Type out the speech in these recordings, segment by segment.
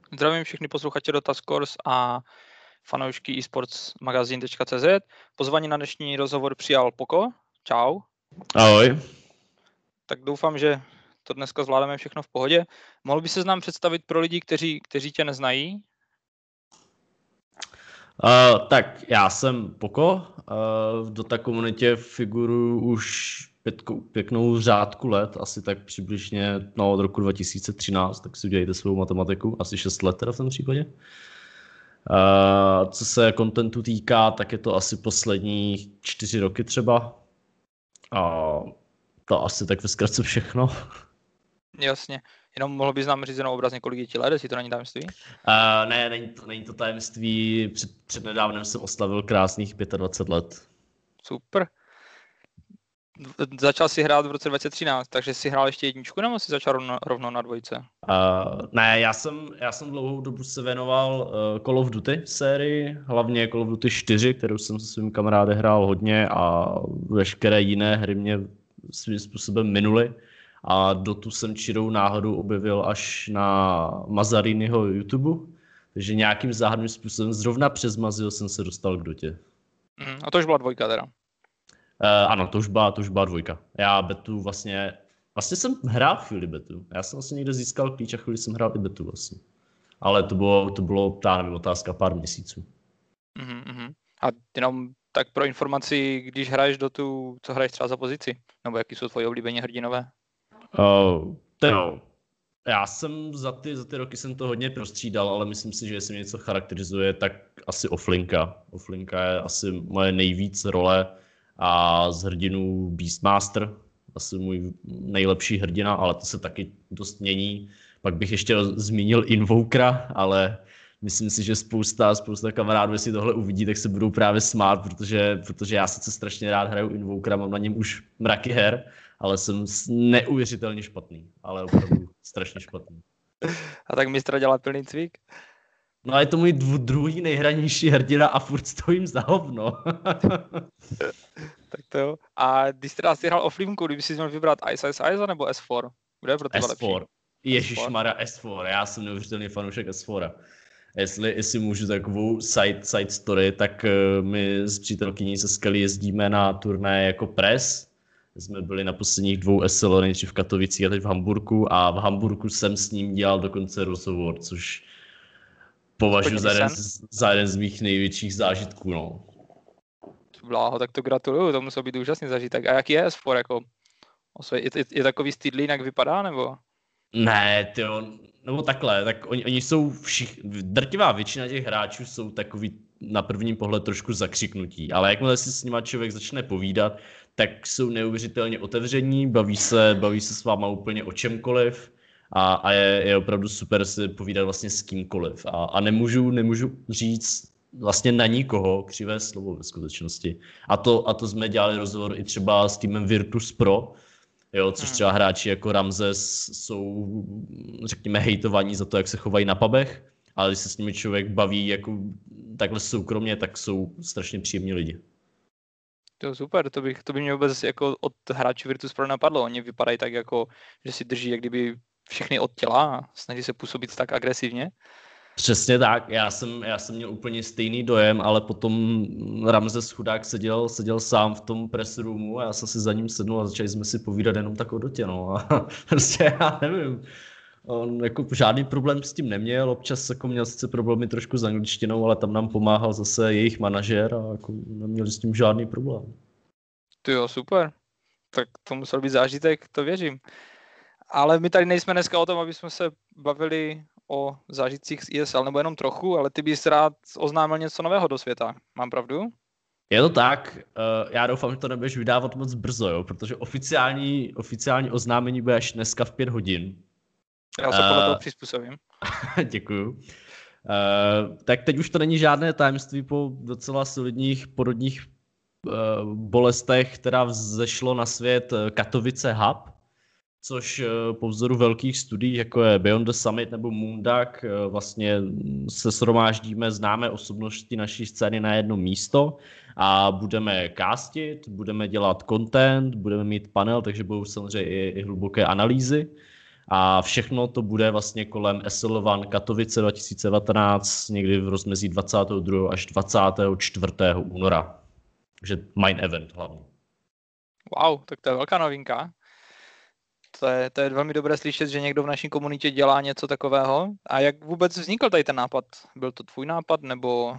Zdravím všechny posluchače Dota Scores a fanoušky esportsmagazine.cz. Pozvání na dnešní rozhovor přijal Poko. Čau. Ahoj. Tak doufám, že to dneska zvládneme všechno v pohodě. Mohl by se nám představit pro lidi, kteří tě neznají? Tak já jsem Poko, v Dota komunitě figuruju už pěknou řádku let, asi tak přibližně od roku 2013, tak si udělejte svou matematiku, asi 6 let teda v tom případě. Co se kontentu týká, tak je to asi poslední 4 roky třeba. A to asi tak ve zkratce všechno. Jasně. Jenom mohl bys nám říct jenom obrazně, kolik je ti let, jestli to není tajemství? Ne, není to tajemství. Před nedávnem jsem oslavil krásných 25 let. Super. Začal si hrát v roce 2013, takže jsi hrál ještě jedničku, nebo jsi začal rovnou na dvojce? Ne, já jsem dlouhou dobu se věnoval Call of Duty sérii, hlavně Call of Duty 4, kterou jsem se svým kamarádem hrál hodně a veškeré jiné hry mě svým způsobem minuly. A Dotu jsem čirou náhodou objevil až na Mazariniho YouTube, takže nějakým záhadným způsobem zrovna přes Mazio jsem se dostal k Dotě. A to už byla dvojka teda? Ano, to už byla dvojka. Já betu vlastně jsem hrál chvíli betu. Já jsem vlastně někde získal klíč a chvíli jsem hrál i betu vlastně. Ale to bylo otázka pár měsíců. A jenom tak pro informaci, když hraješ Dotu, co hraješ třeba za pozici? Nebo jaký jsou tvoji oblíbení hrdinové? Já jsem za ty roky jsem to hodně prostřídal, ale myslím si, že jestli mě něco charakterizuje, tak asi offlinka. Offlinka je asi moje nejvíc role a z hrdinů Beastmaster, asi můj nejlepší hrdina, ale to se taky dost mění. Pak bych ještě zmínil Invokera, ale myslím si, že spousta kamarádů, jestli tohle uvidí, tak se budou právě smát, protože já sice strašně rád hraju Invokera, mám na něm už mraky her, ale jsem neuvěřitelně špatný, ale opravdu strašně špatný. A tak mistra dělá plný cvik? No a je to můj druhý nejhranější hrdina a furt stojím za hovno. Tak to jo. A když teda si hrál offlimku, kdyby si měl vybrat Ice nebo S4? Kde je pro tebe lepší? Ježišmarja, S4. Já jsem neuvěřitelný fanoušek S4. Jestli můžu takovou side story, tak my s přítelkyní se Skelly jezdíme na turné jako press. Jsme byli na posledních 2 SLO, nejdřív v Katovicích a teď v Hamburku. A v Hamburku jsem s ním dělal dokonce rozhovor, což považuji za jeden z mých největších zážitků. No. Bláho, tak to gratuluju, to musel být úžasný zažitek. A jaký je S4? Jako, je takový stydlý, jak vypadá, nebo? Ne, nebo takhle, tak oni jsou drtivá většina těch hráčů jsou takový na první pohled trošku zakřiknutí, ale jakmile si s nima člověk začne povídat, tak jsou neuvěřitelně otevření, baví se s váma úplně o čemkoliv a je opravdu super si povídat vlastně s kýmkoliv a nemůžu říct vlastně na nikoho křivé slovo ve skutečnosti. A to jsme dělali rozhovor i třeba s týmem Virtus Pro, jo, což třeba hráči jako Ramzes jsou, řekněme, hejtovaní za to, jak se chovají na pubech, ale když se s nimi člověk baví jako takhle soukromně, tak jsou strašně příjemní lidi. To super, to by mě vůbec jako od hráčů Virtus Pro napadlo. Oni vypadají tak jako, že si drží jak kdyby všechny od těla a snaží se působit tak agresivně. Přesně tak, já jsem měl úplně stejný dojem, ale potom Ramzes chudák seděl sám v tom press roomu a já jsem si za ním sednul a začali jsme si povídat jenom tak o Dotě, no. A prostě já nevím, on jako žádný problém s tím neměl, občas jako měl sice problémy trošku s angličtinou, ale tam nám pomáhal zase jejich manažer a jako neměli s tím žádný problém. To jo, super, tak to musel být zážitek, to věřím. Ale my tady nejsme dneska o tom, aby jsme se bavili o zážitcích z ESL, nebo jenom trochu, ale ty bys rád oznámil něco nového do světa. Mám pravdu? Je to tak, já doufám, že to nebudeš vydávat moc brzo, jo, protože oficiální oznámení bude až dneska v 5 hodin. Já se podle toho přizpůsobím. Děkuju. Tak teď už to není žádné tajemství po docela solidních porodních bolestech, která vzešlo na svět Katovice Hub, což po vzoru velkých studií, jako je Beyond the Summit nebo Moonduck, vlastně se shromáždíme známé osobnosti naší scény na jedno místo a budeme castit, budeme dělat content, budeme mít panel, takže budou samozřejmě i hluboké analýzy A všechno to bude vlastně kolem SL1 Katovice 2019, někdy v rozmezí 22. až 24. února. Takže main event hlavně. Wow, tak to je velká novinka. To je velmi dobré slyšet, že někdo v naší komunitě dělá něco takového. A jak vůbec vznikl tady ten nápad? Byl to tvůj nápad, nebo...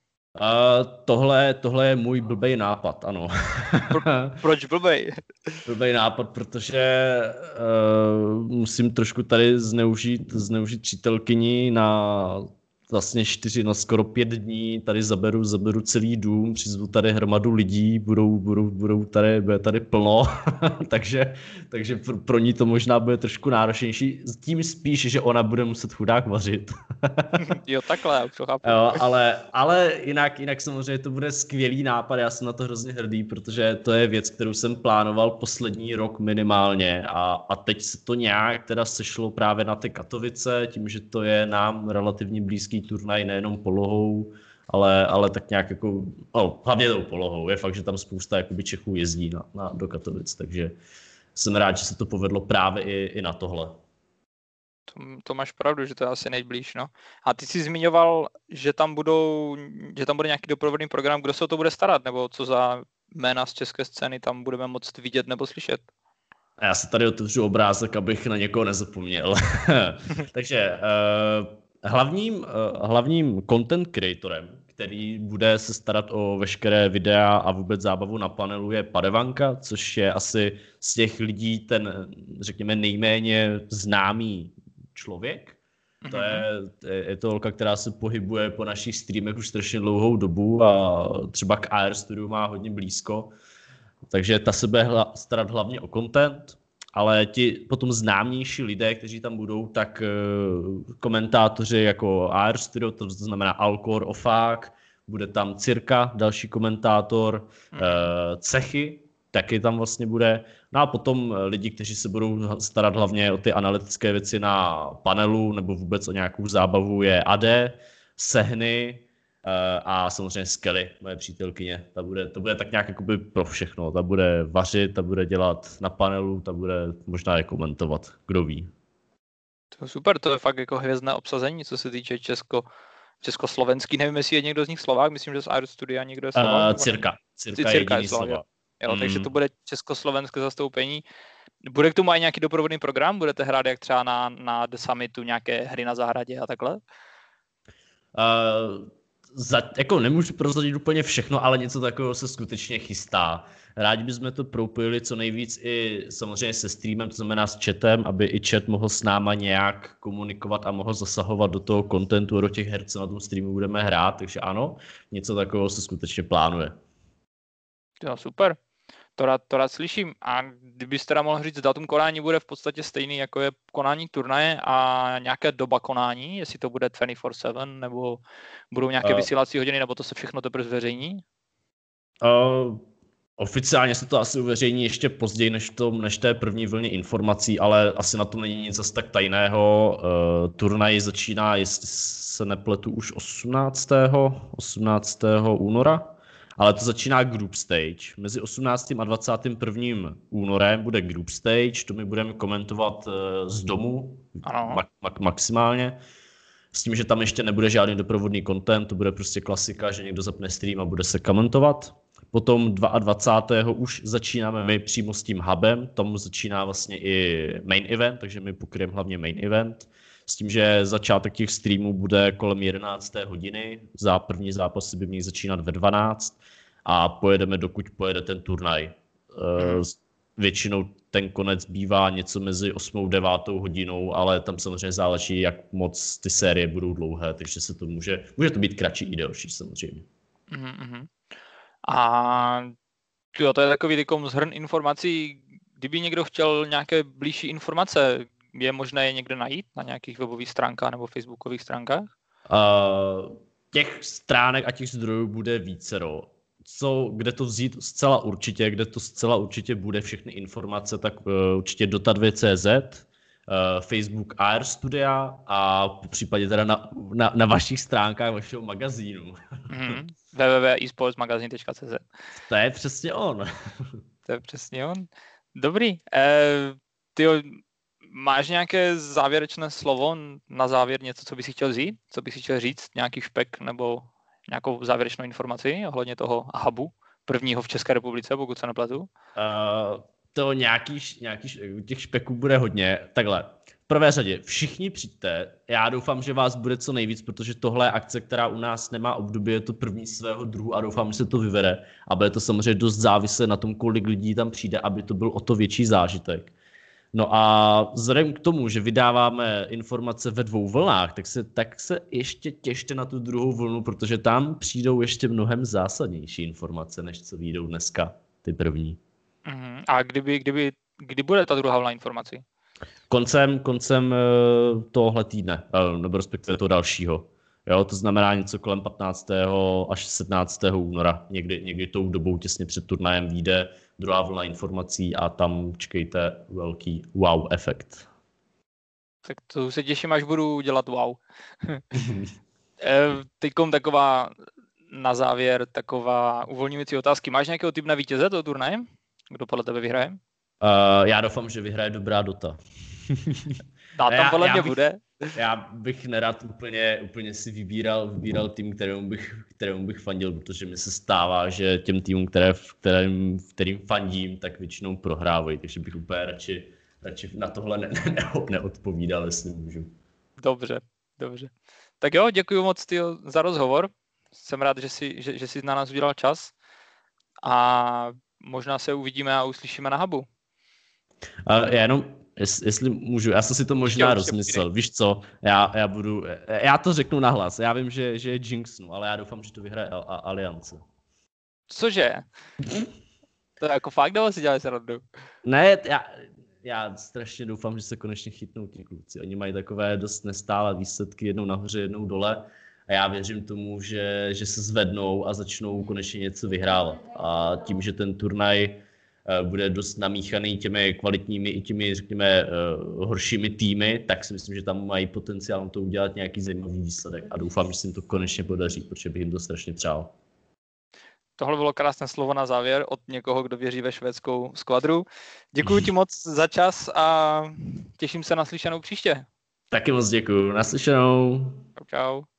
Tohle je můj blbej nápad, ano. Proč blbej? Blbej nápad, protože musím trošku tady zneužít přítelkyni na vlastně skoro 5 dní, tady zaberu celý dům, přizvu tady hromadu lidí, bude tady plno, takže pro ní to možná bude trošku náročnější, tím spíš, že ona bude muset chudák vařit. Jo, takhle, už to chápu. Jo, ale jinak samozřejmě to bude skvělý nápad, já jsem na to hrozně hrdý, protože to je věc, kterou jsem plánoval poslední rok minimálně a teď se to nějak teda sešlo právě na ty Katovice, tím, že to je nám relativně blízký turnaj nejenom polohou, ale tak nějak jako, hlavně tou polohou, je fakt, že tam spousta jakoby Čechů jezdí do Katovic, takže jsem rád, že se to povedlo právě i na tohle. To máš pravdu, že to je asi nejblíž, no. A ty jsi zmiňoval, že tam bude nějaký doprovodný program, kdo se o to bude starat, nebo co za jména z české scény tam budeme moct vidět nebo slyšet? A já se tady otevřu obrázek, abych na někoho nezapomněl. Takže hlavním content creatorem, který bude se starat o veškeré videa a vůbec zábavu na panelu, je Padevanka, což je asi z těch lidí ten, řekněme, nejméně známý člověk. Je to holka, která se pohybuje po našich streamech už strašně dlouhou dobu a třeba k AR Studiu má hodně blízko. Takže ta se bude starat hlavně o content, ale ti potom známější lidé, kteří tam budou, tak komentátoři jako AR Studio, to znamená Alkor, Ofák, bude tam Cirka, další komentátor, Cechy, taky tam vlastně bude. No a potom lidi, kteří se budou starat hlavně o ty analytické věci na panelu nebo vůbec o nějakou zábavu, je Ade, Sehny a samozřejmě Skelly, moje přítelkyně. To bude tak nějak jakoby pro všechno. Ta bude vařit, ta bude dělat na panelu, ta bude možná je komentovat, kdo ví. To je super, to je fakt jako hvězdné obsazení, co se týče československý. Nevím, jestli je někdo z nich Slovák, myslím, že z AR Studia někdo je Slovák. Cirka je jediný Slovák. Jo, takže to bude československé zastoupení. Bude k tomu i nějaký doprovodný program? Budete hrát jak třeba na The Summitu nějaké hry na zahradě a takhle? Jako nemůžu prozradit úplně všechno, ale něco takového se skutečně chystá. Rádi bychom to propojili co nejvíc i samozřejmě se streamem, to znamená s chatem, aby i chat mohl s náma nějak komunikovat a mohl zasahovat do toho contentu a do těch her, co na tom streamu budeme hrát. Takže ano, něco takového se skutečně plánuje. Jo, super. To rád slyším. A kdybyste teda mohl říct, datum konání bude v podstatě stejný, jako je konání turnaje a nějaká doba konání, jestli to bude 24/7, nebo budou nějaké vysílací hodiny, nebo to se všechno teprve zveřejní? Oficiálně se to asi uveřejní ještě později než té první vlně informací, ale asi na tom není nic zase tak tajného. Turnaj začíná, jestli se nepletu, už 18. února. Ale to začíná group stage. Mezi 18. a 21. únorem bude group stage, to my budeme komentovat z domu maximálně. S tím, že tam ještě nebude žádný doprovodný content, to bude prostě klasika, že někdo zapne stream a bude se komentovat. Potom 22. už začínáme my přímo s tím hubem, tam začíná vlastně i main event, takže my pokryjeme hlavně main event. S tím, že začátek těch streamů bude kolem 11. hodiny, první zápasy by měly začínat ve 12 a pojedeme, dokud pojede ten turnaj. Většinou ten konec bývá něco mezi 8. a 9. hodinou, ale tam samozřejmě záleží, jak moc ty série budou dlouhé, takže se to může to být kratší i delší samozřejmě. A to je takový zhrn informací, kdyby někdo chtěl nějaké blížší informace, je možné je někde najít na nějakých webových stránkách nebo facebookových stránkách? Těch stránek a těch zdrojů bude vícero. Kde to vzít zcela určitě bude všechny informace, tak určitě Dota2.cz, Facebook AR Studia a v případě teda na vašich stránkách vašeho magazínu. www.esportsmagazine.cz. To je přesně on. To je přesně on. Dobrý. Máš nějaké závěrečné slovo na závěr, něco, co bys si chtěl říct? Co bys si chtěl říct? Nějaký špek nebo nějakou závěrečnou informaci ohledně toho hubu, prvního v České republice, pokud se nepletu? To nějaký těch špeků bude hodně. Takhle, v prvé řadě, všichni přijďte. Já doufám, že vás bude co nejvíc, protože tohle je akce, která u nás nemá období, je to první svého druhu a doufám, že se to vyvede. A bude to samozřejmě dost závislé na tom, kolik lidí tam přijde, aby to byl o to větší zážitek. No a vzhledem k tomu, že vydáváme informace ve 2 vlnách, tak se ještě těšte na tu druhou vlnu, protože tam přijdou ještě mnohem zásadnější informace, než co vyjdou dneska, ty první. A kdy bude ta druhá vlna informací? Koncem tohle týdne, nebo respektive toho dalšího. Jo, to znamená něco kolem 15. až 17. února. Někdy tou dobou těsně před turnajem vyjde druhá vlna informací a tam čekejte velký wow efekt. Tak to se těším, až budu dělat wow. Teďkom taková na závěr, taková uvolňující otázky. Máš nějakého typ na vítěze toho turnaje? Kdo podle tebe vyhraje? Já doufám, že vyhraje dobrá Dota. Tam podle mě bude. Já bych nerad úplně si vybíral tým, kterému bych fandil, protože mi se stává, že těm týmům, kterým fandím, tak většinou prohrávají, takže bych úplně radši na tohle neodpovídal, jestli můžu. Dobře. Tak jo, děkuji moc za rozhovor. Jsem rád, že jsi na nás udělal čas a možná se uvidíme a uslyšíme na hubu. Já jenom, jestli můžu, já jsem si to možná rozmyslel, víš co, já to řeknu nahlas, já vím, že je Jinxnu, ale já doufám, že to vyhraje Aliance. Cože? To je jako fakt, nebo si děláš srandu? Ne, já strašně doufám, že se konečně chytnou ti kluci, oni mají takové dost nestálé výsledky, jednou nahoře, jednou dole a já věřím tomu, že se zvednou a začnou konečně něco vyhrávat a tím, že ten turnaj bude dost namíchaný těmi kvalitními i těmi, řekněme, horšími týmy, tak si myslím, že tam mají potenciál na to udělat nějaký zajímavý výsledek a doufám, že se jim to konečně podaří, protože bych jim to strašně přál. Tohle bylo krásné slovo na závěr od někoho, kdo věří ve švédskou skvadru. Děkuji ti moc za čas a těším se na slyšenou příště. Taky moc děkuji. Naslyšenou. Čau.